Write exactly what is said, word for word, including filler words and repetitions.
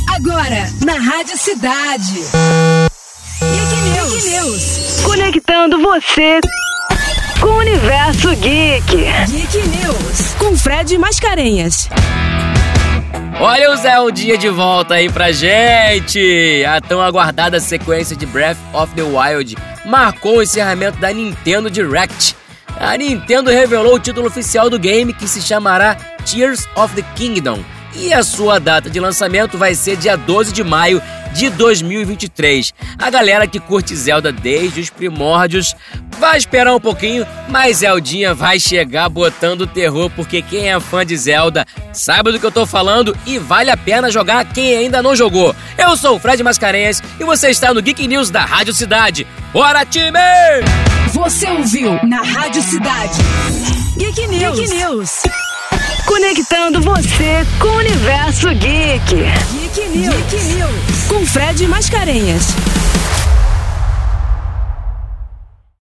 Agora, na Rádio Cidade. Geek News. Geek News. Conectando você com o universo geek. Geek News. Com Fred Mascarenhas. Olha o Zeldinha de volta aí pra gente! A tão aguardada sequência de Breath of the Wild marcou o encerramento da Nintendo Direct. A Nintendo revelou o título oficial do game, que se chamará Tears of the Kingdom, e a sua data de lançamento vai ser dia doze de maio de dois mil e vinte e três. A galera que curte Zelda desde os primórdios vai esperar um pouquinho, mas Zeldinha vai chegar botando terror, porque quem é fã de Zelda sabe do que eu tô falando e vale a pena jogar quem ainda não jogou. Eu sou o Fred Mascarenhas e você está no Geek News da Rádio Cidade. Bora, time! Você ouviu na Rádio Cidade. Geek News. Geek News. Conectando você com o universo geek. Geek News. Geek News. Com Fred Mascarenhas.